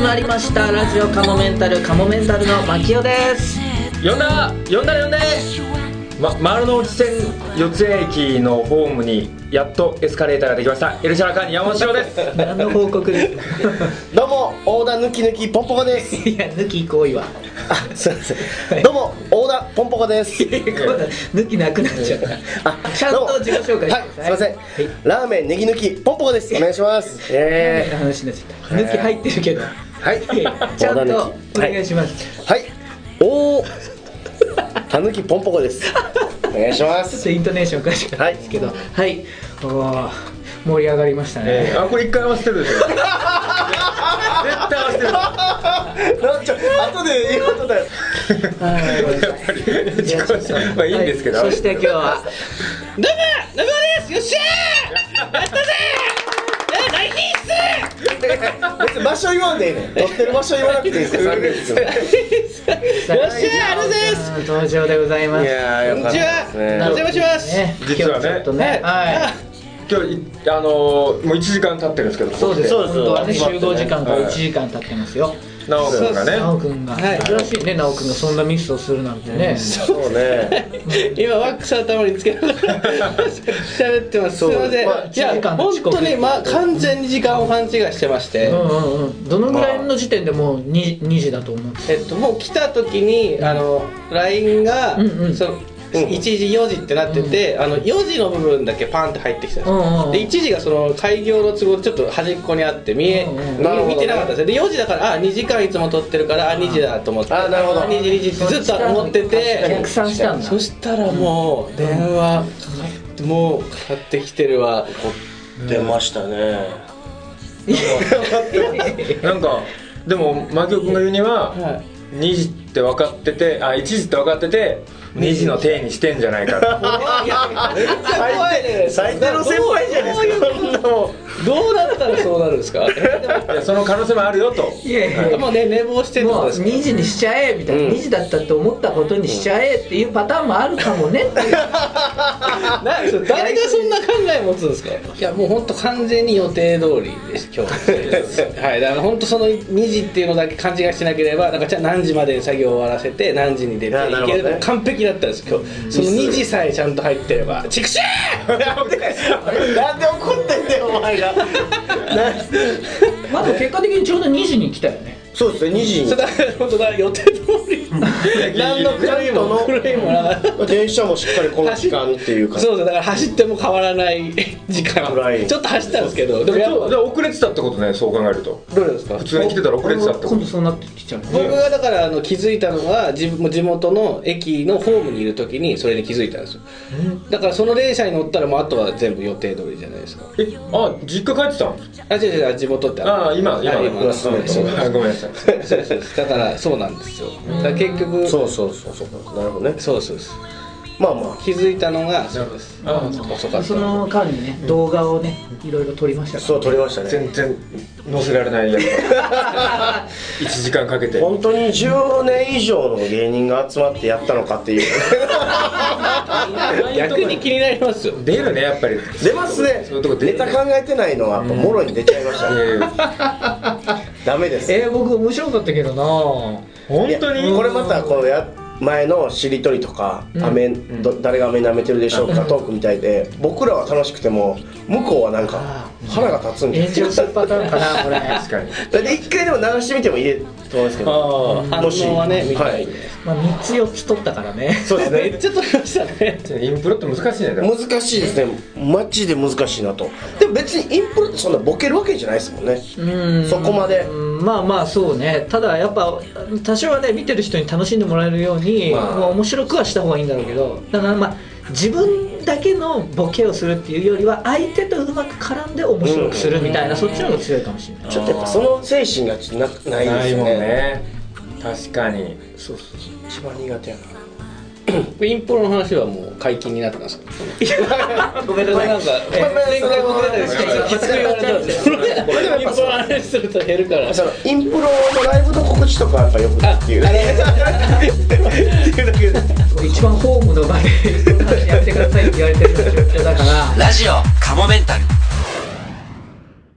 まりましたラジオカモメンタルの牧雄です。 呼んだ丸の内線四ツ谷駅のホームにやっとエスカレーターができました。エルシャラカーニ山本翔です。 何の報告ですかどうもオーダ抜きポンポコです。 いや抜き行為はすいません、はい、どうもオーダポンポコです。 抜きなくなっちゃったちゃんと自己紹介してください。 はい、すいません、はい、ラーメンネギ抜きポンポコです。お願いします。 話になっちゃった。抜き入ってるけど、 はい、 ちゃんとお願いします。 はい、おたぬきポンポコです。お願いします。 ちょっとイントネーションおかしかったですけど、はい、盛り上がりましたね。 これ一回合わせてるでしょ。絶対合わせてる。 後で言うことだよ。 まあいいんですけど。 そして今日はどうも中尾です。よっしゃー、やったぜナイス別に場所言わんでいいね。撮ってる場所言わなくていいですよ。 よっしゃー、ありがとうございます。 登場でございます。 いやー、 こんにちは、お邪魔します。 実はね、今日もう1時間経ってるんですけど、 そうです。本当はね、集合時間から1時間経ってますよ。 直くんがね、 直くんが珍しいね。直くんがそんなミスをするなんてね。 そうね。 今ワックス頭につけながら喋ってます。すみません。いや本当に完全に時間を勘違いしてまして。 どのぐらいの時点でもう2時だと思う。 もう来た時にLINE が1時4時ってなってて、4時の部分だけパンって入ってきたんですよ。で1時がその開業の都合でちょっと端っこにあって見てなかったんですよ。で4時だから2時間いつも撮ってるから2時だと思って、2時ってずっと思ってて、 逆算したんだ。 そしたらもう電話もうかかってきてるわ。 出ましたね。 なんかでも牧雄君が言うには2時って分かってて、1時って分かってて2時の体にしてんじゃないかと。 最低の先輩じゃないですか。そんなもんどうなったらそうなるんですか。 いやその可能性もあるよと。 いやもうね、寝坊してるもう2時にしちゃえみたいな、2時だったって思ったことにしちゃえっていうパターンもあるかもねっていう。 誰がそんな考え持つんですか。いやもう本当完全に予定通りです今日。はい、だから本当その2時っていうのだけ勘違いしなければ、なんかじゃあ何時まで作業を終わらせて何時に出ていける、完璧だったんです今日。その2時さえちゃんと入ってれば。チクシー。 なんで怒ってんだよお前が。 まず結果的にちょうど2時に来たよね。 そうですね、2時に。 それだから本当だ、予定通り。何の狂いもなかった。 電車もしっかりこの時間っていうか。 そうだから走っても変わらない時間。ちょっと走ったんですけど、でもやっぱ遅れてたってことね、そう考えると。 どれですか。 普通に来てたら遅れてたってこと。 今度そうなってきちゃう。 僕がだから気づいたのは地元の駅のホームにいる時にそれに気づいたんですよ。だからその電車に乗ったらもうあとは全部予定通りじゃないですか。 実家帰ってたの。 違う地元って今ごめんなさい。 そうだからそうなんですよ。だから結局そうなるほどね。 そうまあ気づいたのがそうです。遅かった。 その間にね、動画をねいろいろ撮りましたから。 そう撮りましたね。 全然載せられないやつ。1時間かけて。 本当に10年以上の芸人が集まってやったのかっていう。 逆に気になりますよ。 出るねやっぱり。 出ますね。ネタ考えてないのはやっぱもろに出ちゃいましたね。ダメです。 僕面白かったけどな。 本当に。 これまたこう前のしりとりとか、誰が飴舐めてるでしょうかトークみたいで、僕らは楽しくても向こうはなんか腹が立つんですよ。 炎上するパターンかなこれ。 確かに。 で一回でも流してみてもいいと思いますけど、 もしはね見たい。 3つ4つ取ったからね。 そうですね。 めっちゃ取りましたね。 インプロって難しいね。 難しいですね。マジで難しいなと。でも別にインプロってそんなボケるわけじゃないですもんね。そこまで。 まあそうね。ただやっぱ多少はね見てる人に楽しんでもらえるように面白くはした方がいいんだろうけど、だから自分だけのボケをするっていうよりは相手とうまく絡んで面白くするみたいな、そっちの方が強いかもしれない。 ちょっとやっぱその精神がないですよね。 確かに。 そう一番苦手やな。 インプロの話はもう解禁になってますか。 ごめんなさい。 なんか前回僕らできつく言われたんですよ。インプロの話すると減るから。 インプロのライブの告知とかやっぱよくないっていう。 一番ホームの場でやってくださいって言われてる状況だから。 ラジオカモメンタル。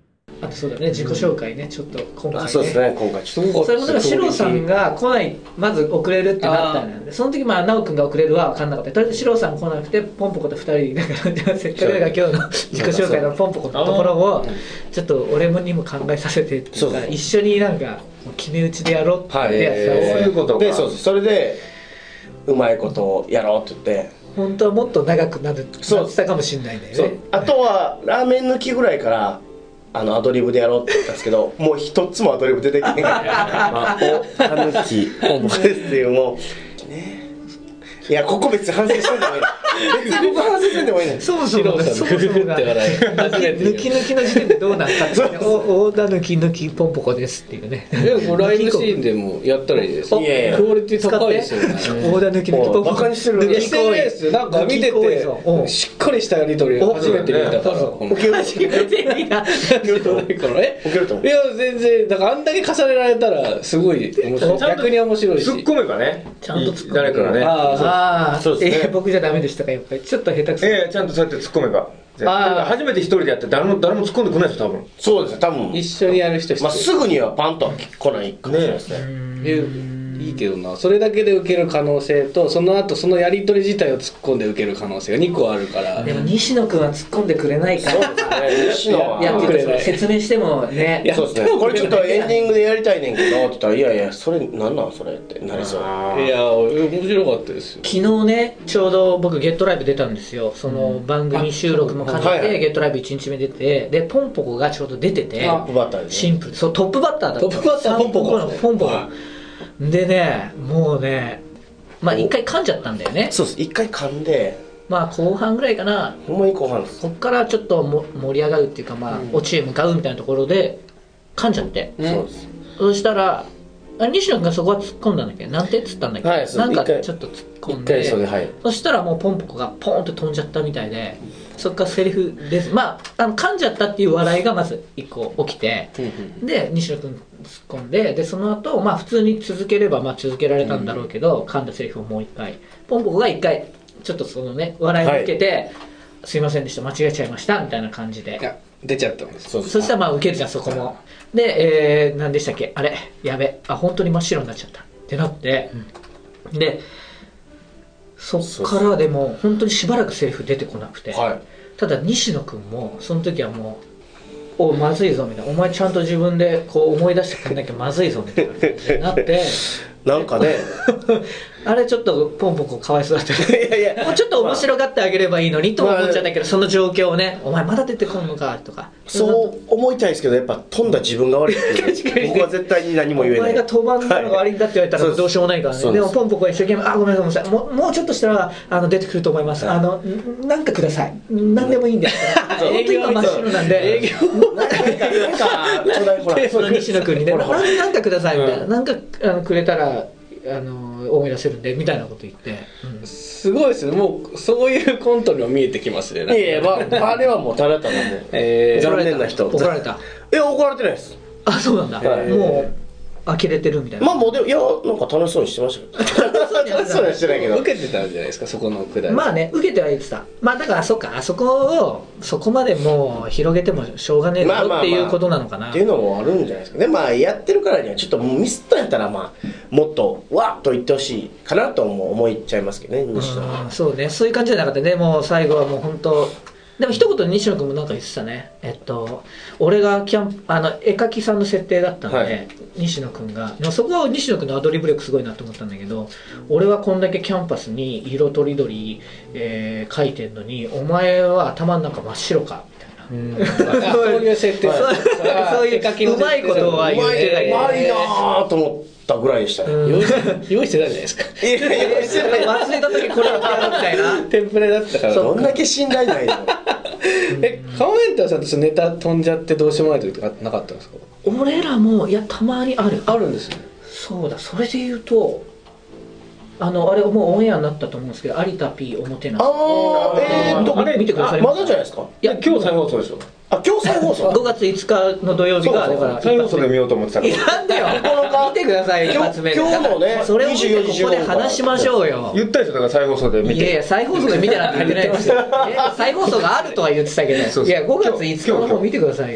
あとそうだね、自己紹介ね、ちょっと今回ね。 そうですね、今回ちょっと。 それもだからシロさんが来ない、まず遅れるってなったんで、その時まあ奈くんが遅れるは分かんなかった。とりあえずシロさん来なくて、ポンポコと2人だからせっかくだから今日の自己紹介のポンポコのところをちょっと俺にも考えさせてっていうか、一緒になんか決め打ちでやろうってやってそういうことか。 で、そうです。それでうまいことをやろうって言って。 本当はもっと長くなってたかもしれないんだよね。 あとはラーメン抜きぐらいからアドリブでやろうって言ったんですけど、もう一つもアドリブ出てきてないから抜きポンポコですっていう、もうね。いや、ここ別に反省してんでもいい。別にここ反省してんでもいいね。 そもそもが抜き抜きの時点でどうなったってね。大田抜き抜きポンポコですっていうね。 でもライブシーンでもやったらいいです。 いやいや、 クオリティ高いですよね。 大田抜き抜きポンポコ。 バカにしてる。 SNS なんか見ててしっかりしたやり取り初めて見たから。 受ける初めて見た。 受けると思う。 いや全然だからあんだけ重ねられたらすごい面白い。逆に面白いし。 突っ込めばね。 ちゃんと突っ込めば。 誰かがね。 ああ、 そうですね。 僕じゃダメでしたか、やっぱりちょっと下手くそ。 ちゃんとそうやって突っ込めば。初めて一人でやって誰も突っ込んでこないですよ多分。 そうですね、多分一緒にやる人まあすぐにはパンとは来ないかもしれないですね。 いいけどな、それだけで受ける可能性とその後そのやり取り自体を突っ込んで受ける可能性が2個あるから。 でも西野君は突っ込んでくれないから。 そうですね、西野はやってくれない。説明してもね。 そうですね、これちょっとエンディングでやりたいねんけどって言ったら、いやいやそれなんなんそれってなりそう。 いや面白かったですよ。 昨日ね、ちょうど僕ゲットライブ出たんですよ。その番組収録も兼ねてゲットライブ1日目出て、でポンポコがちょうど出てて、 トップバッターでシンプル、そうトップバッターだった。 トップバッターポンポコのポンポコでね、もうね、まあ一回噛んじゃったんだよね。 そうです、一回噛んで、 まあ後半ぐらいかな。 ほんまに後半です。 そっからちょっと盛り上がるっていうか、まあオチへ向かうみたいなところで噛んじゃって、 そうです。 そしたら西野君がそこは突っ込んだんだっけ、なんてっつったんだっけ、 はい、 なんかちょっと突っ込んで、そしたらもうポンポコがポーンと飛んじゃったみたいで、そっからセリフです。まあ噛んじゃったっていう笑いがまず一個起きて、で西野君突っ込んで、でその後まあ普通に続ければまあ続けられたんだろうけど、噛んだセリフをもう一回ポンポコが一回ちょっとそのね笑いを受けて、すいませんでした、間違えちゃいましたみたいな感じで出ちゃったんです。 そしたらまあ受けるじゃんそこも。で、何でしたっけ、あれやべ、本当に真っ白になっちゃったってなって、でそっからでも本当にしばらくセリフ出てこなくて、ただ西野君もその時はもうまずいぞみたいな、お前ちゃんと自分でこう思い出してくれなきゃまずいぞみたいななってなんかねあれちょっとポンポンかわいそうだったいやいやもうちょっと面白がってあげればいいのにと思っちゃったけど、その状況をね、お前まだ出てこんのかとかそう思いたいですけど、やっぱ飛んだ自分が悪いって僕は絶対に何も言えない。 お前が飛ばんのが悪いんだって言われたらどうしようもないからね。でもポンポコは一生懸命、ごめんなさい、もうちょっとしたら出てくると思います、なんかください、何でもいいんで本当に今真っ白なんで、営業なんかその西野君にね、なんかくださいみたいな、なんかくれたら思い出せるんでみたいなこと言って、 すごいですね。もうそういうコントにも見えてきますね。 いやあれはもうただただもう残念な人。 怒られた？ 怒られてないです。 あ、そうなんだ。もう呆れてるみたいな。 まあもうでもいやなんか楽しそうにしてましたけど。楽しそうにはしてないけど。 受けてたんじゃないですか、そこのくだり。 まあね、受けては言ってた。まあだからそっか、あそこをそこまでもう広げてもしょうがねえぞっていうことなのかな。 っていうのもあるんじゃないですかね。まあやってるからにはちょっとミスったんやったらまあもっとわっと言ってほしいかなとも思っちゃいますけどね。 そうね、そういう感じじゃなかったね。もう最後はもう本当。でも一言西野君もなんか言ってたね。俺が絵描きさんの設定だったんで、西野君がそこは西野君のアドリブ力すごいなと思ったんだけど、俺はこんだけキャンパスに色とりどり描いてんのにお前は頭の中真っ白かみたいな、 そういう設定、 そういううまいことは言ってない。 うまいなと思ったぐらいでしたね。 用意してたんじゃないですか。 忘れた時これをやるみたいなテンプレだったから。 どんだけ信頼ないの。 カモメンターさんとネタ飛んじゃってどうしようもない時とかなかったんですか？ 俺らもいやたまにあるんですね。 そうだ、それで言うとあれもうオンエアになったと思うんですけど、有田 P おもてなし、 あれ見てください。 まだじゃないですか。 いや今日再放送でしょ。 今日再放送。 5月5日の土曜日がだから再放送で見ようと思ってたから。 なんでよ。見てくださいよ、一発目。 今日のね、 それを見てここで話しましょうよ。 言ったでしょ、だから再放送で見て。 いやいや、再放送で見てなんて言ってないですよ。再放送があるとは言ってたけど、いや5月5日の方見てくださいよ。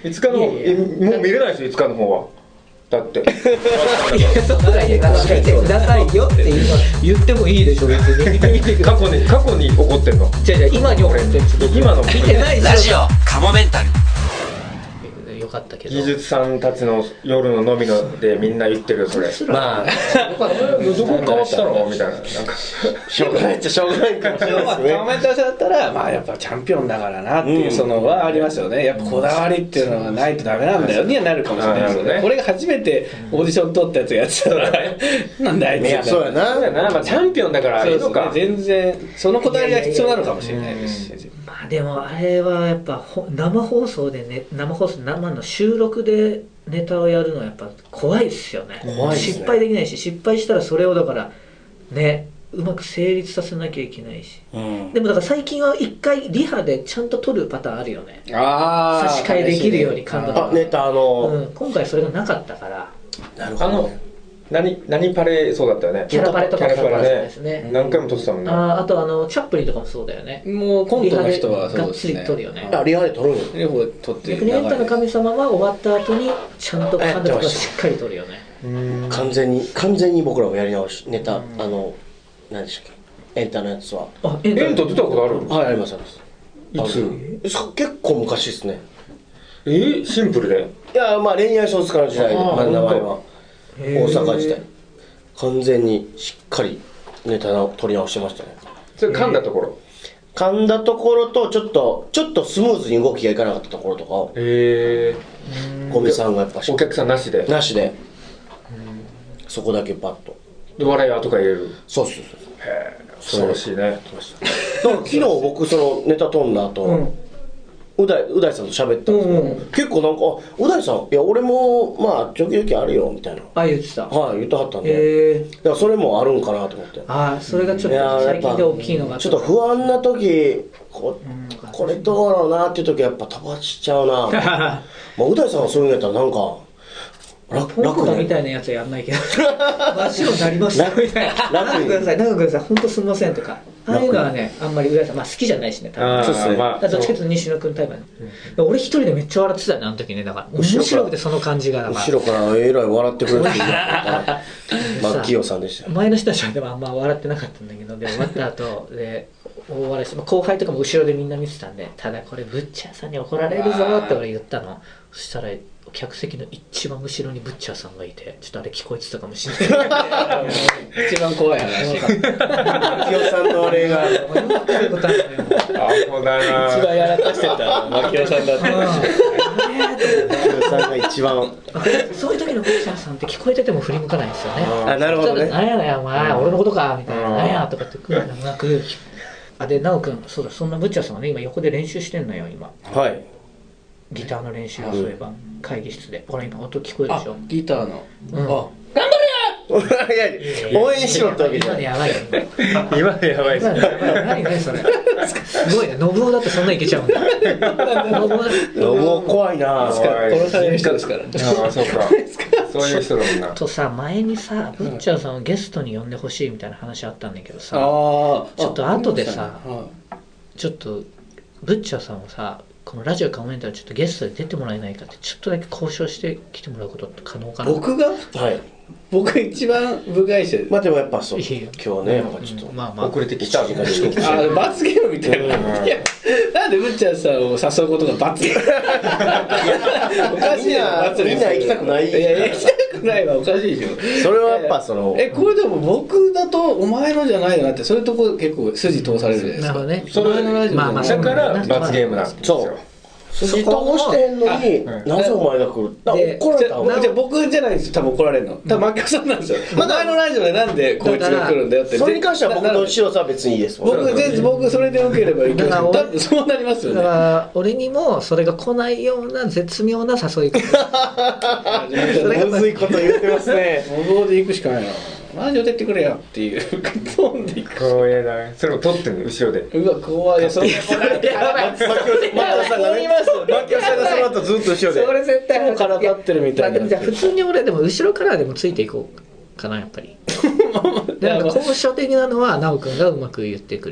5日のもう見れないですよ、5日の方は。だっていやそうだよ、見てくださいよって言ってもいいでしょ別に。 過去に起こってんの。 じゃ今に起こってんの。 今の見てないでしょ。 ラジオカモメンタル。 よかったけど。 技術さんたちの夜の飲みのでみんな言ってるそれ。 まあどこ変わったのみたいな、なんかしょうがないっちゃしょうがないかもしれないですね。 カモメンタルだったらまあやっぱチャンピオンだからなっていうそのはありますよね。やっぱこだわりっていうのがないとダメなんだよにはなるかもしれないですよね。これが初めてオーディション取ったやつやってたらなんだあいつ。 いやそうやな。 そうやな、まあチャンピオンだからいいのか。 全然そのこだわりが必要なのかもしれないですし。 まあでもあれはやっぱ生放送生の収録でネタをやるのはやっぱ怖いですよね。 怖いですね。 失敗できないし、失敗したらそれをだからねうまく成立させなきゃいけないし、でもだから最近は一回リハでちゃんと撮るパターンあるよね。差し替えできるように感動。 ネタ今回それがなかったから。 なるほどね。 何パレそうだったよね。 キャラパレとかもそうですね。何回も撮ってたもんね。 あとチャップリンとかもそうだよね。 もうコントの人はそうですね。 がっつり撮るよね。 リハで撮るんよ。 リハで撮って逆にエンタの神様は終わった後にちゃんと監督がしっかり撮るよね。 完全に僕らもやり直しネタ何でしたっけ、エンタのやつは。 エンタ出たことある？ はい、ありますいつ？ 結構昔ですね。 シンプルで？ いやまあ恋愛小説家の時代で、名前は大阪時代完全にしっかりネタを取り直してましたね。 それ噛んだところとちょっとスムーズに動きがいかなかったところとかをゴミさんがやっぱお客さんなしでそこだけパッとで笑い後から入れる。 そうへえ、恐ろしいね。 だから昨日僕そのネタ飛んだ後、う大さんと喋ったんですけど、結構なんかう大さん、いや俺もまあ時々あるよみたいな言ってた。 はい、言ってはったんで、だからそれもあるんかなと思って。 それがちょっと最近で大きいのがちょっと不安な時これどうだろうなっていう時はやっぱ飛ばしちゃうな。まあう大さんがそういうんやったらなんか楽みたいなやつはやんないけど真っ白になりましたみたいな長くください本当すみませんとか、ああいうのはねあんまり浦井さん好きじゃないしね、多分そうですね。どっちかというと西野君タイプね。俺一人でめっちゃ笑ってたよねあの時ね。だから面白くてその感じが後ろからえらい笑ってくれてるマッキヨさんでした。 前の人たちはでもあんま笑ってなかったんだけど、で終わった後で大笑いして、後輩とかも後ろでみんな見てたんで、ただこれブッチャーさんに怒られるぞって俺言ったの。そしたら客席の一番後ろにブッチャーさんがいて、ちょっとあれ聞こえてたかもしれない一番怖い話。 マキオさんのあれがアホだな。 一番やらかしてたマキオさんだった。マキオさんが一番そういう時のブッチャーさんって聞こえてても振り向かないんですよね。 なるほどね。 何やお前俺のことかみたいな、何やとかって来るのなく、で奈くん、そうだ、そんなブッチャーさんはね今横で練習してんのよ今。 はい。 ギターの練習をそういえば会議室で、ほら今音聞こえるでしょ。 ギターの頑張れよ応援しろってわけじゃ今のやばいよ。 今のやばいですね。 何それ。すごいね、信夫だってそんないけちゃうんだ。 もう怖いな。 殺される人ですから。 ああそうか。そういう人だもんな。 とさ、前にさブッチャーさんをゲストに呼んでほしいみたいな話あったんだけどさ、ちょっと後でさ、ちょっとブッチャーさんをさこのラジオカモメンタルちょっとゲストで出てもらえないかってちょっとだけ交渉してきてもらうことって可能かな。 僕が？ はい。 僕一番部外者。 まあでもやっぱそう。 いいよ今日ねやっぱちょっとまあ遅れてきた。 罰ゲームみたいな。いやなんでブッチャーさんを誘うことが罰？おかしいな。 みんな行きたくない。 いや行きたくないはおかしいでしょ。 それはやっぱその。 これでも僕だとお前のじゃないよなってそういうとこ結構筋通されるじゃないですか。 なるほどね。 それのラジオだから罰ゲームなんですよ。 筋通してんのになぜお前が来る？怒られたの？ じゃあ僕じゃないんですよ多分怒られるの。多分マッキョさんなんですよ。お前のラジオでなんでこいつが来るんだよって。 それに関しては僕の白さは別にいいですもん。 僕それで良ければいいけど多分そうなりますよね。 だから俺にもそれが来ないような絶妙な誘い方。 むずいこと言ってますね。 無謀で行くしかないな。ラジオ出てくれよっていう飛んでいく。 光栄だね。それを撮ってるの後ろで。 うわ怖い。それやばい。 マキオさんがね。マキオさんがその後ずっと後ろで。 それ絶対もうからかってるみたいな。 じゃあ普通に俺でも後ろからでもついていこうかなやっぱり。なんか交渉的なのは奈くんがうまく言ってくれ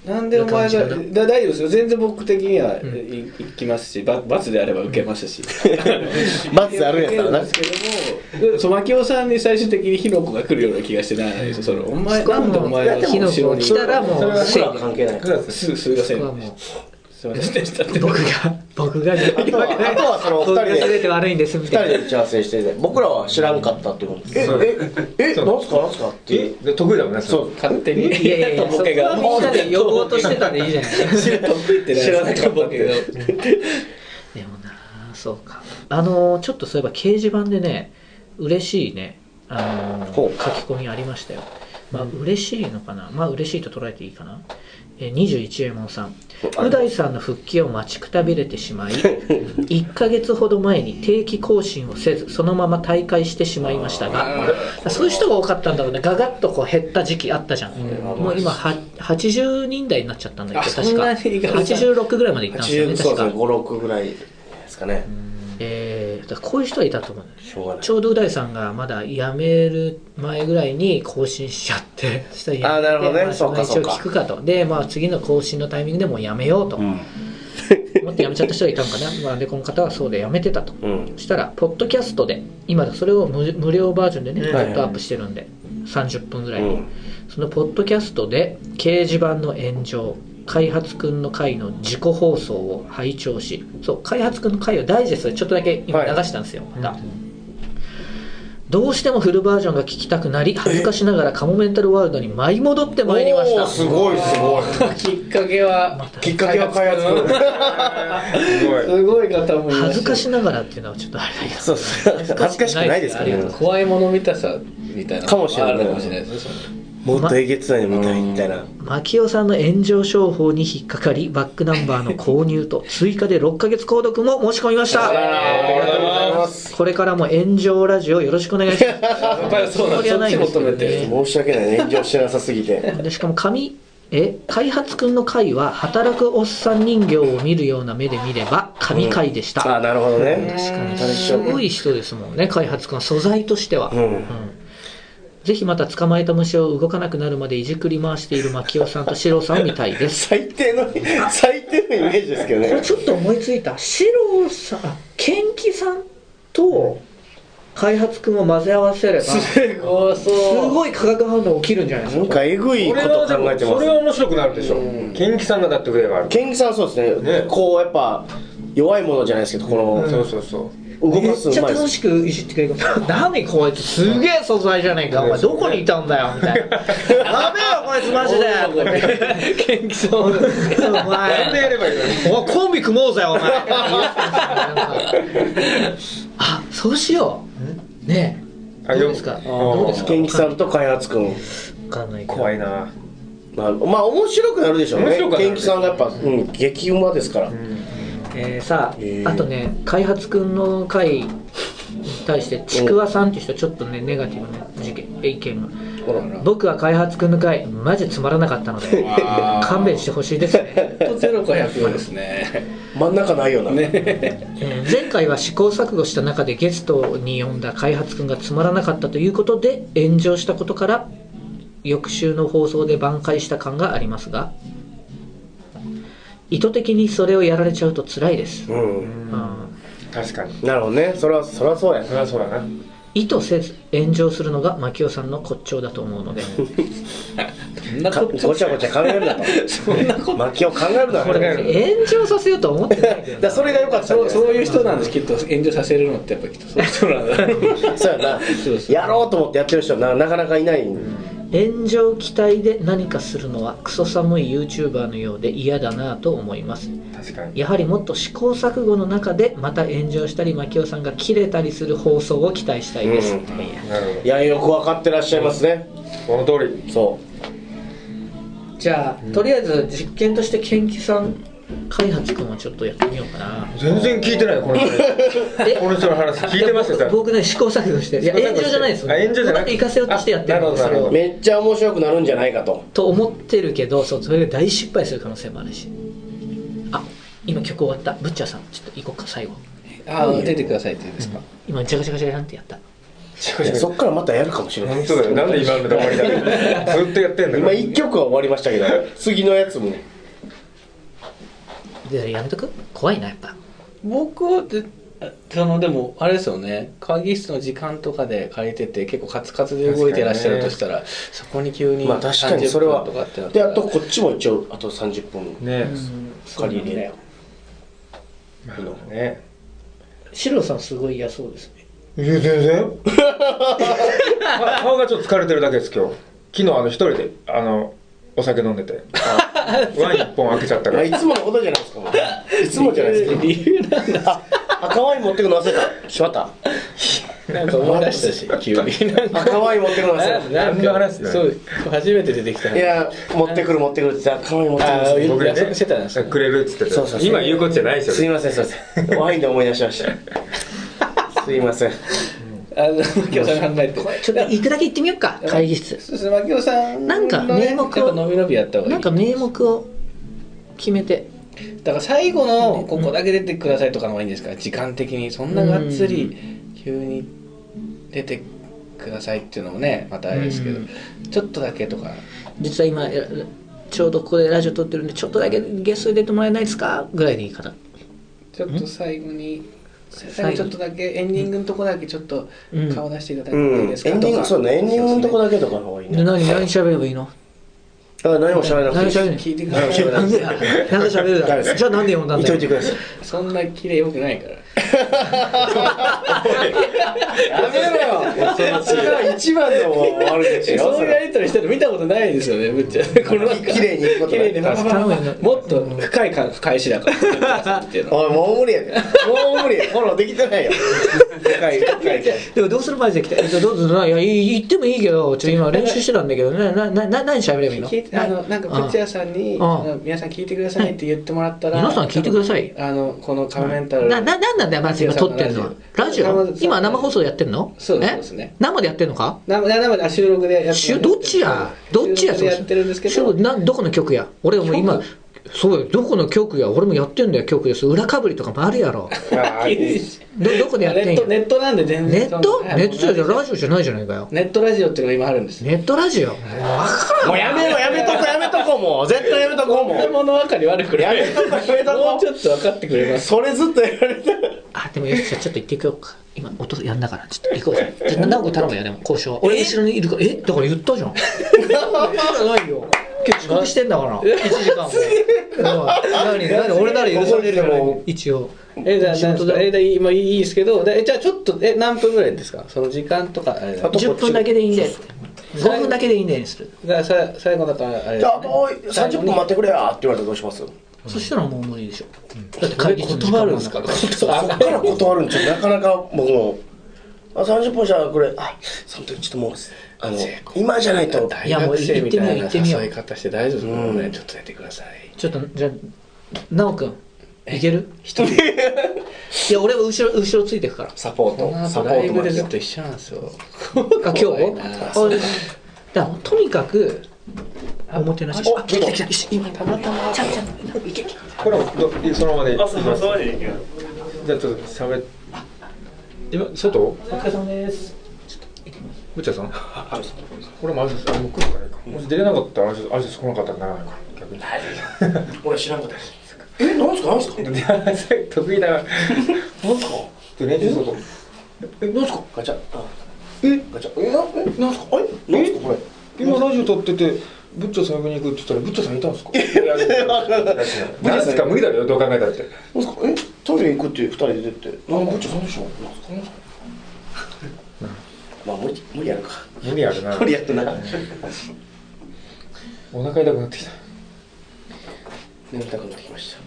なんでお前が大丈夫ですよ、全然僕的には行きますし、罰であれば受けますし罰であるんやったらな。 ですけども、そう牧雄さんに最終的に火の粉が来るような気がしてないですよ。それお前なんでお前の火の粉が来たらもうそれは関係ない。 すいません。すいませんでした。 僕があとはその僕が 2 全て悪いんですみたいな。 人で打ち合わせしてて、僕らは知らんかったっていうことです。なんすかっていう。 得意だもんね。 そう勝手に。 いやボケがみんなで呼ぼうとしてたんでいいじゃないですか。 知らなかったボケが。 でもな、そうか。ちょっとそういえば掲示板でね、嬉しいね、書き込みありましたよ。まあ嬉しいのかな、まあ嬉しいと捉えていいかな。21エモンさん、う大さんの復帰を待ちくたびれてしまい1ヶ月ほど前に定期更新をせずそのまま退会してしまいましたが、そういう人が多かったんだろうね。ガガッとこう減った時期あったじゃん。もう今80人台になっちゃったんだけど、確か86ぐらいまでいったんですよね。確か 5、6ぐらいですかね。 だからこういう人はいたと思うんです。ちょうどう大さんがまだ辞める前ぐらいに更新しちゃって、そしたらなるほどね、 一応聞くかと。で、まあ次の更新のタイミングでもう辞めようと思って辞めちゃった人がいたのかな。まあ、でこの方はそうで辞めてたと。そしたらポッドキャストで今それを無料バージョンでねずっとアップしてるんで30分ぐらいに、そのポッドキャストで掲示板の炎上、開発くんの回の自己放送を拝聴し、そう開発くんの回をダイジェストでちょっとだけ今流したんですよ、どうしてもフルバージョンが聞きたくなり恥ずかしながらカモメンタルワールドに舞い戻ってまいりました。 すごいきっかけは開発すごい方もいました。 恥ずかしながらっていうのはちょっとあれだけど、 そう恥ずかしくないですからね。 怖いもの見たさみたいなかもしれないですね。 もっとえげつないの見たいみたいな。 牧雄さんの炎上商法に引っかかりバックナンバーの購入と追加で6ヶ月購読も申し込みました。 ありがとうございます。 これからも炎上ラジオよろしくお願いします。 やっぱりそうなんです。そっち求めて申し訳ないね、炎上してなさすぎて。 でしかも開発くんの回は働くおっさん人形を見るような目で見れば神回でした。 なるほどね。 確かにすごい人ですもんね、開発くんは素材としては。ぜひまた捕まえた虫を動かなくなるまでいじくり回している牧雄さんとシロさんを見たいです。 最低のイメージですけどね。 これちょっと思いついた。シロさん、ケンキさんと開発くんを混ぜ合わせればすごい化学反応起きるんじゃないですか。 なんかえぐいこと考えてます。 それは面白くなるでしょ。ケンキさんがだって上がある。 ケンキさんそうですね。こうやっぱ弱いものじゃないですけど、このそう動かめっちゃすうまいです。 楽しくいじってくれるから何こいつすげえ素材じゃねえか、お前どこにいたんだよみたいなやべえよこいつマジでケンキさんお前なんでやればいいの。 お前コンビ組もうぜお前そうしようねえ。どうですか。 ケンキさんと開発くん分かんないけど怖いな。 まあ面白くなるでしょうね。ケンキさんがやっぱ激うまですから。 さあ、あとね開発くんの回に対してちくわさんっていう人はちょっとねネガティブな意見が、僕は開発くんの回マジつまらなかったので勘弁してほしいですね。 0か100ですね。 真ん中ないよな、 前回は試行錯誤した中でゲストに呼んだ開発くんがつまらなかったということで炎上したことから翌週の放送で挽回した感がありますが、意図的にそれをやられちゃうと辛いです。 確かに。 なるほどね。それはそうや。 それはそうだな。 意図せず炎上するのが牧雄さんの骨頂だと思うのでごちゃごちゃ考えるなと。そんなこと牧雄考えるな。 これ炎上させようと思ってないけどだそれが良かった。 そういう人なんです。きっと炎上させるのってやっぱりきっとそういう人なんだ。 そうやな。やろうと思ってやってる人はなかなかいない。 炎上期待で何かするのはクソ寒い YouTuber のようで嫌だなと思います。 確かに。 やはりもっと試行錯誤の中でまた炎上したり牧雄さんがキレたりする放送を期待したいです。 いやよく分かってらっしゃいますね。 その通り。 じゃあとりあえず実験としてケンキさん開発くんをちょっとやってみようかな。 全然聞いてないこの人の話聞いてましたよ。 僕ね試行錯誤して炎上じゃないですよ。 炎上じゃなくて行かせようとしてやってるんですよ。 めっちゃ面白くなるんじゃないかと思ってるけど、それが大失敗する可能性もあるし。今曲終わった。ブッチャーさんちょっと行こうか最後。 出てくださいって言うんですか。 今ジャカジャカジャカンってやった。 そっからまたやるかもしれない。 本当だよ。なんで今ので終わりだよ。ずっとやってんだ今1曲は終わりましたけど、次のやつもね。 でやめとく？怖いなやっぱ。 僕はでもあれですよね、会議室の時間とかで借りてて結構カツカツで動いてらっしゃるとしたら、そこに急にまあ確かにそれは 30分とかってなったで、 ら、 あとこっちも一応あと30分ね。 借り入れよ。 まあね。 シロさんすごい嫌そうですね。 いや全然顔がちょっと疲れてるだけです今日。昨日一人でお酒飲んでてワイン1本開けちゃったから。 いつものことじゃないですか。いつもじゃないですか。 理由なんだ。 赤ワイン持ってくの忘れた。しまった。 なんか思い出したし、急に赤ワイン持ってくの忘れた。 何の話だよ。 そう初めて出てきた。 いや持ってくるって言って赤ワイン持ってくる。 僕約束してたんですよ。 くれるっつってて。 そうそう今言うことじゃないですよ。 すいませんすいません。ワインで思い出しました。すいません。 牧尾さん考えて。 ちょっと行くだけ行ってみようか、会議室。 そうですね、牧尾さんなんか名目をやっぱ伸び伸びやった方がいい。 なんか名目を決めて。 だから最後のここだけ出てくださいとかの方がいいんですか、時間的に。そんながっつり急に出てくださいっていうのもねまたあれですけど、ちょっとだけとか。 実は今ちょうどここでラジオ撮ってるんでちょっとだけゲストで出てもらえないですかぐらいでいいかな。 ちょっと最後に最後ちょっとだけエンディングのとこだけちょっと顔出していただいていいですか、 エンディング、そうね、エンディングのとこだけとかの方がいいね。 何喋ればいいの？ 何も喋らなくていい。 聞いてください。 なんで喋るだ。じゃあなんで呼んだんだよ。 いといてください。 そんな綺麗よくないから。 やめろよ。それが一番の悪口よ。 そういうやり取りしてるの見たことないですよね、ぶっちゃけ。このなんか綺麗にいくこと綺麗にもっと深い返しだからっていうの。 おいもう無理やで。もう無理や。フォローできてないよ。深い。 でもどうするマジで来て。どうぞいや言ってもいいけど、今練習してたんだけどね。何喋ればいいの？ なんかプチ屋さんに皆さん聞いてくださいって言ってもらったら、 皆さん聞いてください。 このカメンタルなんなんだよまず今撮ってんのは。ラジオ？今生放送やってんの？ そうですね。 生でやってんのか？ 生で収録でやってる。 どっちややってるんですけど。 どこの局や？俺も今そうよ、どこの局や？俺もやってんだよ局です。裏かぶりとかもあるやろ。どこでやってんの？ ネットなんで全然。 ネットじゃラジオじゃないじゃないかよ。 ネットラジオっていうのが今あるんです。 ネットラジオ。もうやめとこもう絶対やめとこもう。 物分かり悪くやめとこ。 もうちょっと分かってくれます。 それずっとやられて。 でもよし、じゃあちょっと行っていこうか。今音やんだからちょっと行こう。じゃあ直子頼むよ。でも交渉。俺後ろにいるから。だから言ったじゃん。ないよ。今日遅刻してんだから1時間も。何俺なら許されるよ一応。 じゃあ今いいですけど、じゃあちょっと何分ぐらいですか？その時間とか 10分だけでいいんで5分だけでいいんでにする。 最後だからあれ。 じゃあ30分待ってくれやって言われたらどうします？ そしたらもう無理でしょ。だって会議室断るんですか？ そっから断るんちょっとなかなか僕も30分じゃこれその時ちょっともう今じゃないと。 いやもう行ってみよう行ってみよう。誘い方して大丈夫ですかね？ちょっとやってください。 ちょっとじゃあ直くんいける？一人。いや俺は後ろついてくから。 サポートライブでずっと一緒なんですよ。 今日？とにかくおもてなし。来た今たまたま。 これはそのままでいきます。じゃあちょっと喋って。今外？ お疲れ様です。 ぶっちゃさん？これもあれです。もう来るからいいか。もし出れなかったらあれです来なかったらならないから逆に。 俺知らんかったです。なんすか？ 得意だな。なんすか？練習外。 なんすか？ガチャ。ガチャ。なんすか？なんすかこれ？ 今ラジオ撮っててブッチャさん呼びに行くって言ったらブッチャさんいたんですか？何ですか？無理だよどう考えたって。 なんすか？トイレ行くって2人で出て。ブッチャさんでしょ？なんすか？まあ無理やるか。 無理やるな。 無理やってな。 お腹痛くなってきた。 眠たくなってきました。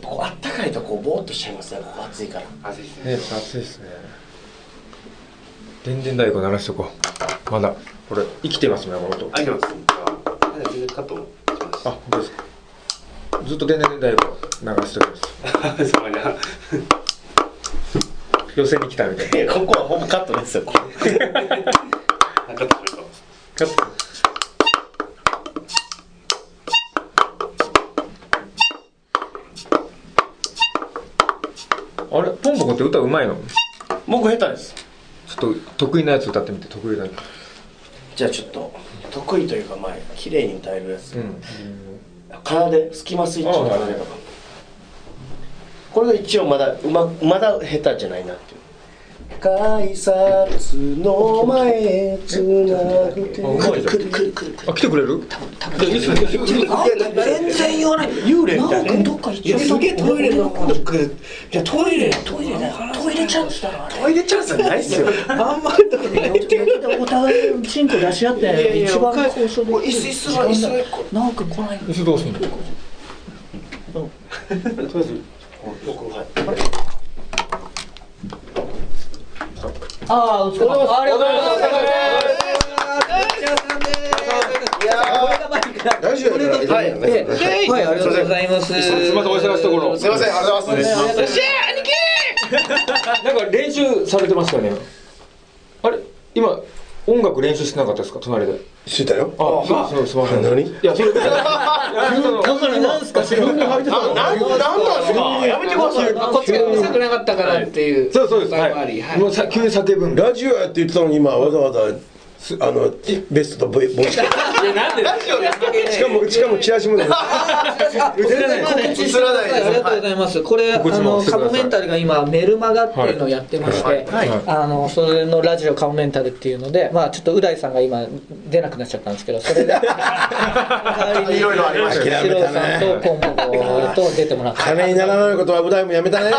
こうあったかいとこうボーっとしちゃいますね。暑いから。暑いですね。 暑いですね。でんでん太鼓鳴らしとこう。まだこれ生きてますねこの音。 あります。カット。 あ本当ですか。ずっとでんでん太鼓流しておきます。 そうやな。 寄せに来たみたいな。 いやここはほぼカットですよ。カット。 あれポンポコって歌うまいの？ 僕下手です。 っと得意なやつ歌ってみて。得意なやつ。 じゃあちょっと得意というかまあ綺麗に歌えるやつ、奏でスキマスイッチの奏でとか、これが一応まだ下手じゃないなっていう。改札の前つなぐて来るあ、来てくれる？ 全然言わない。 幽霊みたいな。 どっか行っちゃう。 すげえトイレの方来る。じゃトイレチャンスだろ。 トイレチャンスじゃないっすよ。あんまりとかお互いチンコ出し合って一番交渉で椅子が直くん来ない。 椅子どうすんの？ とりあえず僕はい。 ああ、お疲れ様です。ありがとうございます。 大丈夫です。はい、 ありがとうございます。 すみません、お忙しいところ。 すみません、ありがとうございます。 よっしゃ兄貴。 なんか練習されてましたね。あれ、今音楽練習してなかったですか、隣で。 してたよ。 あ、そう、すみません。 何？ いや、それ。だからなんすか、急に入ってたの。 なんですか。やめてください。 こっちがうるさくなかったからっていう。 そうです。はい。もう急に叫ぶんで。 ラジオやって言ってたのに今わざわざベストと帽子。 なんでラジオしかもチラシもね。映らない。 ありがとうございます。これカモメンタルが今メルマガっていうのをやってまして、それのラジオカモメンタルっていうので、まあちょっとう大さんが今出なくなっちゃったんですけど、それでいろいろありましたね。 シロさんとコンボと出てもらって。 金にならないことはう大もやめたね。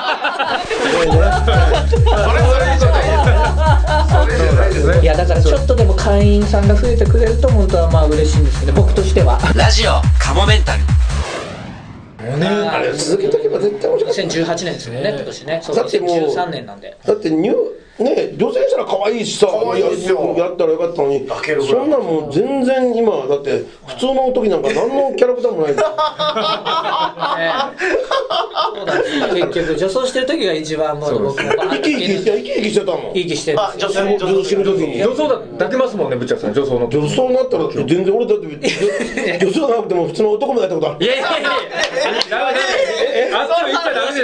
いやだからちょっとでも会員さんが増えてくれると本当はまあ嬉しいんですけど、僕としてはラジオカモメンタルあれ続けとけば絶対面白かった。 2018年ですよね、今年ね。そうだってもう 2013年なんで。 だってね、女性したら可愛いしさ、やったらよかったのに、そんなもん全然今だって普通の時なんか何のキャラクターもない。 そうだね、結局女装してる時が一番もう僕も生き生きしちゃったもん。 生きしてる。 女装の時に女装抱けますもんね、ぶっちゃけさん。女装の時。 女装になったら全然俺だって女装なくても普通の男もやったことある。 いやあそこ行っちゃダメ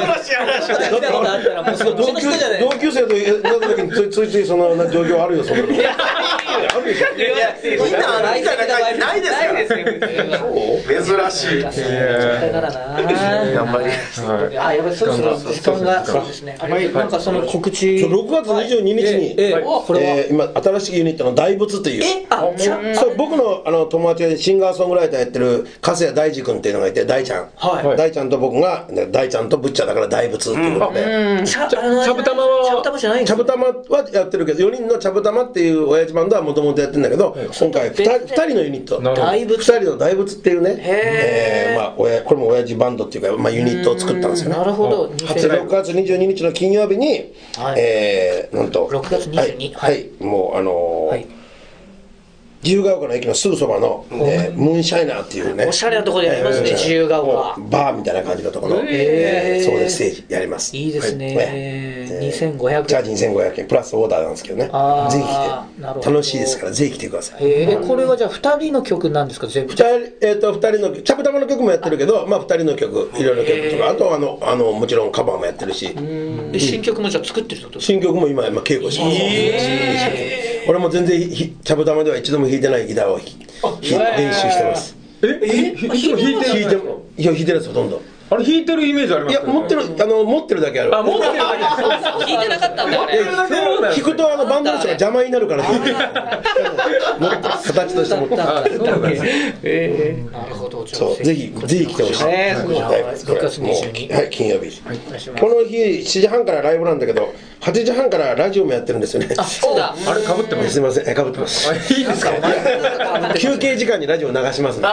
ですよ。 同級生となった時についついその状況あるよ、そんなの。あるでしょ。 みんなないですよ。珍しい。 頑張り。あ、やばい、そろそろ時間がそうですね。なんかその告知。 6月22日に今新しいユニットの大仏っていう。そう僕の友達でシンガーソングライターやってる加瀬大二君っていうのがいて、大ちゃん。大ちゃんと僕が大ちゃんとぶっちゃだから大仏っていうことで。 チャブタマは。 チャブタマじゃないんですか。 チャブタマはやってるけど、4人のチャブタマっていう親父バンドはもともとやってるんだけど、今回2人のユニット、2人の大仏っていうね、まあこれも親父バンドっていうか、まあユニットを作ったんですよね。 なるほど。 6月22日の金曜日に、なんと 6月22日、 はい、もう自由が丘の駅のすぐそばのムーンシャイナーっていうね、 おしゃれなところでやりますね、自由が丘バーみたいな感じのところのそうでステージやります。 いいですね。2500円、 チャージ2500円プラスオーダーなんですけどね、ぜひ来て、楽しいですからぜひ来てください。 これはじゃあ2人の曲なんですか？全部2 人のチャプタマの曲もやってるけど、まあ2人の曲、いろいろ曲とか、あともちろんカバーもやってるし、 新曲もじゃあ作ってるってことですか？ 新曲も今稽古してます。俺も全然チャプタマでは一度も弾いてないギターを練習してます。 弾いてないですほとんど。 あれ弾いてるイメージあります。 いや持ってるだけある。 持ってるだけ。 弾いてなかったんだよね。 弾くとバンドの人が邪魔になるから形として持ってる。 なるほど。 そうぜひ来てほしい。 6月22 はい、金曜日。この日7時半からライブなんだけど、8時半からラジオもやってるんですよね。 あ、そうだ。 あれ被ってます。 すみません、被ってます。 いいですか？ 休憩時間にラジオ流しますね。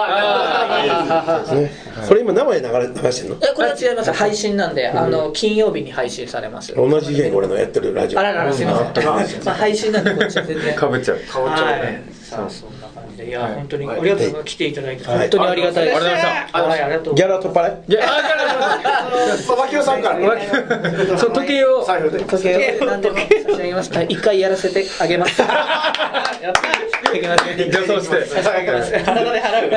これ今生で流してるの？ これは違います。配信なんで、金曜日に配信されます。 同じ日に俺のやってるラジオ。 あらすみません。まあ配信なんでこっちは全然被っちゃう。 さあそんな感じで、いや本当にありがとうございます。来ていただいて本当にありがたいです。ありがとうございました。はい、ありがとう。 ギャラ取っ払い？ ギャラ脇尾さんから。 そう時計を何でも差し上げます。一回やらせてあげます。やっていきますね。 女装して。 体で払う。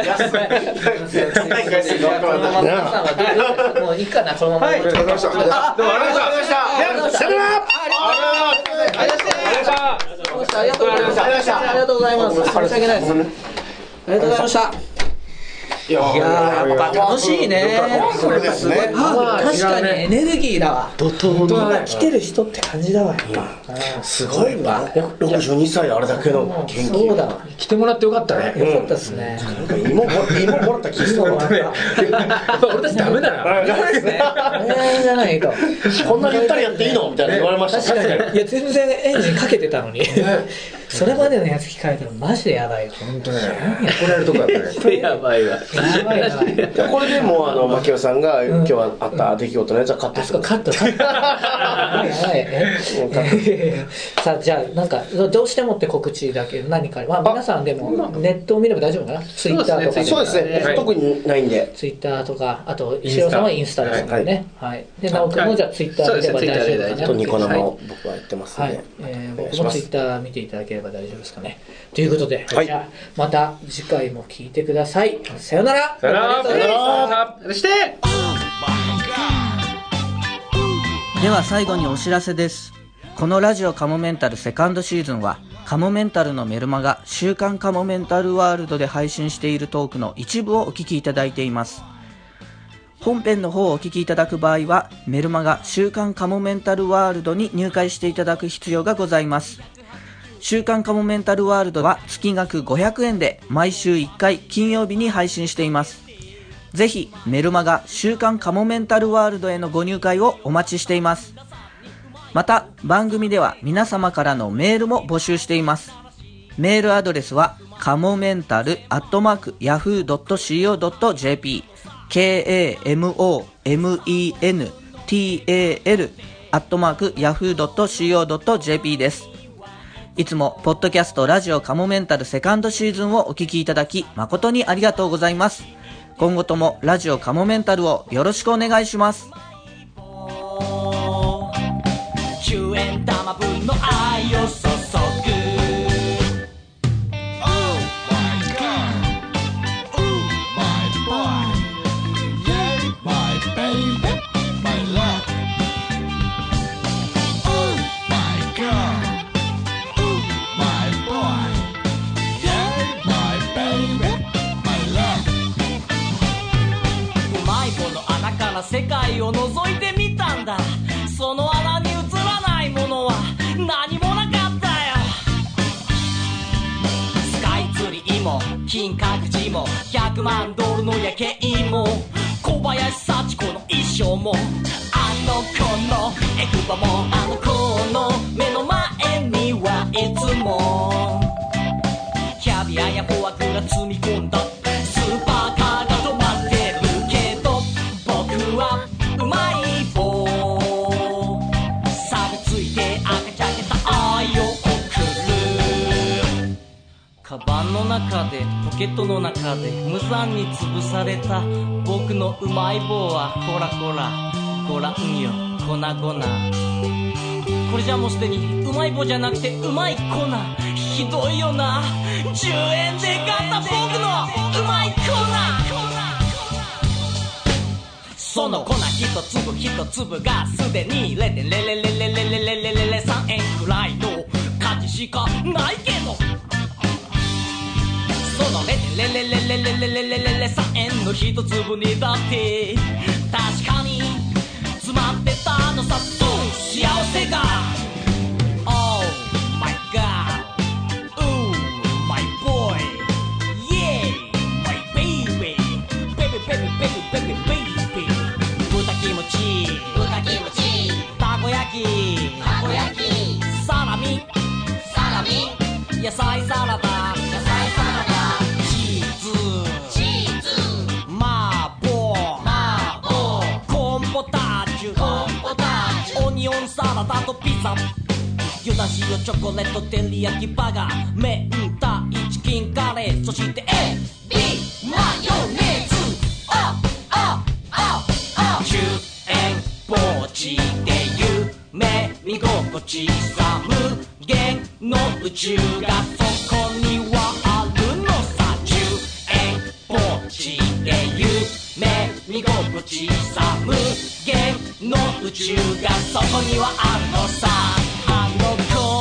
もういいかなこのまま。 ありがとうございました。 どうもありがとうございました。 さよなら。 ありがとうございました。ありがとうございます。申し訳ないです。ありがとうございました。いややっぱ楽しいね。 そうですね。 確かにエネルギーだわ。 怒涛の今来てる人って感じだわ。やっぱすごいわ。62歳であれだけの元気。 そうだわ。 来てもらってよかったね。 よかったですね。 なんか芋もらった気がする。 俺たちダメだな。 ダメですね。じゃないと。 こんなにゆったりやっていいのみたいな言われました。 確かに。いや全然エンジンかけてたのに。それまでのやつ聞かれたらマジでやばいよ。 本当ね。怒られるとこだったね。 やばいわ。 これでもう牧雄さんが今日あった出来事のやつはカットする。 カット。やばい。さあじゃあなんかどうしてもって告知だけ何か皆さんでもネットを見れば大丈夫かな。ツイッターとか。 そうですね。特にないんで。 ツイッターとかあと石尾さんはインスタですからね。はい。で直君もじゃあツイッター見れば大丈夫かな。 とニコ生を僕はやってますんで。 僕もツイッター見ていただければ大丈夫ですかね。ということで、じゃあまた次回も聞いてください。さよなら。 さよなら。 そしてでは最後にお知らせです。このラジオカモメンタルセカンドシーズンはカモメンタルのメルマガ週刊カモメンタルワールドで配信しているトークの一部をお聞きいただいています。本編の方をお聞きいただく場合はメルマガ週刊カモメンタルワールドに入会していただく必要がございます。週刊カモメンタルワールドは月額500円で毎週1回金曜日に配信しています。ぜひメルマガ週刊カモメンタルワールドへのご入会をお待ちしています。また番組では皆様からのメールも募集しています。メールアドレスはカモメンタル@yahoo.co.jp kamomental@yahoo.co.jp です。いつもポッドキャストラジオカモメンタルセカンドシーズンをお聞きいただき誠にありがとうございます。今後ともラジオカモメンタルをよろしくお願いします。10円玉分の愛を注ぐ世界を覗いてみたんだ。その穴に映らないものは何もなかったよ。スカイツリーも金閣寺も100万ドルの夜景も小林幸子の衣装もあの子のエクバもあの子の目の前にはいつもキャビアやフォアグラ積み込んだスーパーカーが止まってるけど僕はうまい棒錆びついて赤ちゃけた愛を送る。カバンの中でポケットの中で無残に潰された僕のうまい棒はほらほらご覧よ粉々。これじゃもうすでにうまい棒じゃなくてうまい粉。ひどいよな。10円で買った僕のうまい粉。その粉一粒一粒がすでに 0.00003 円くらいの価値しかないけど、その 0.00003 円の一粒にだって確かに詰まってたのさ、幸せが。 Oh my god Ooh my boy Yeah my baby Baby baby baby baby baby 豚キムチたこ焼きサラミ野菜サラダチーズ麻婆コーンポタージュオニオンサラダとピザユダ塩チョコレート照り焼きバーガー明太チキンカレーそしてエビマヨネーズ10円ポーチで夢見心地さ無限の宇宙がそこにはあるのさ。10円ポーチで夢見心地さ無限の宇宙がそこにはあるのさ。あの子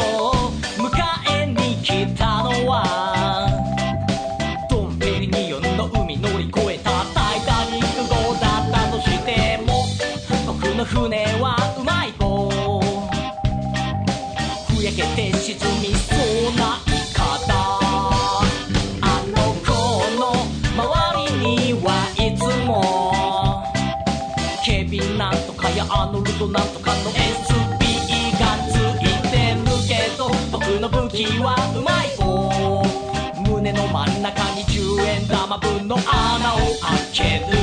玉分の穴を開ける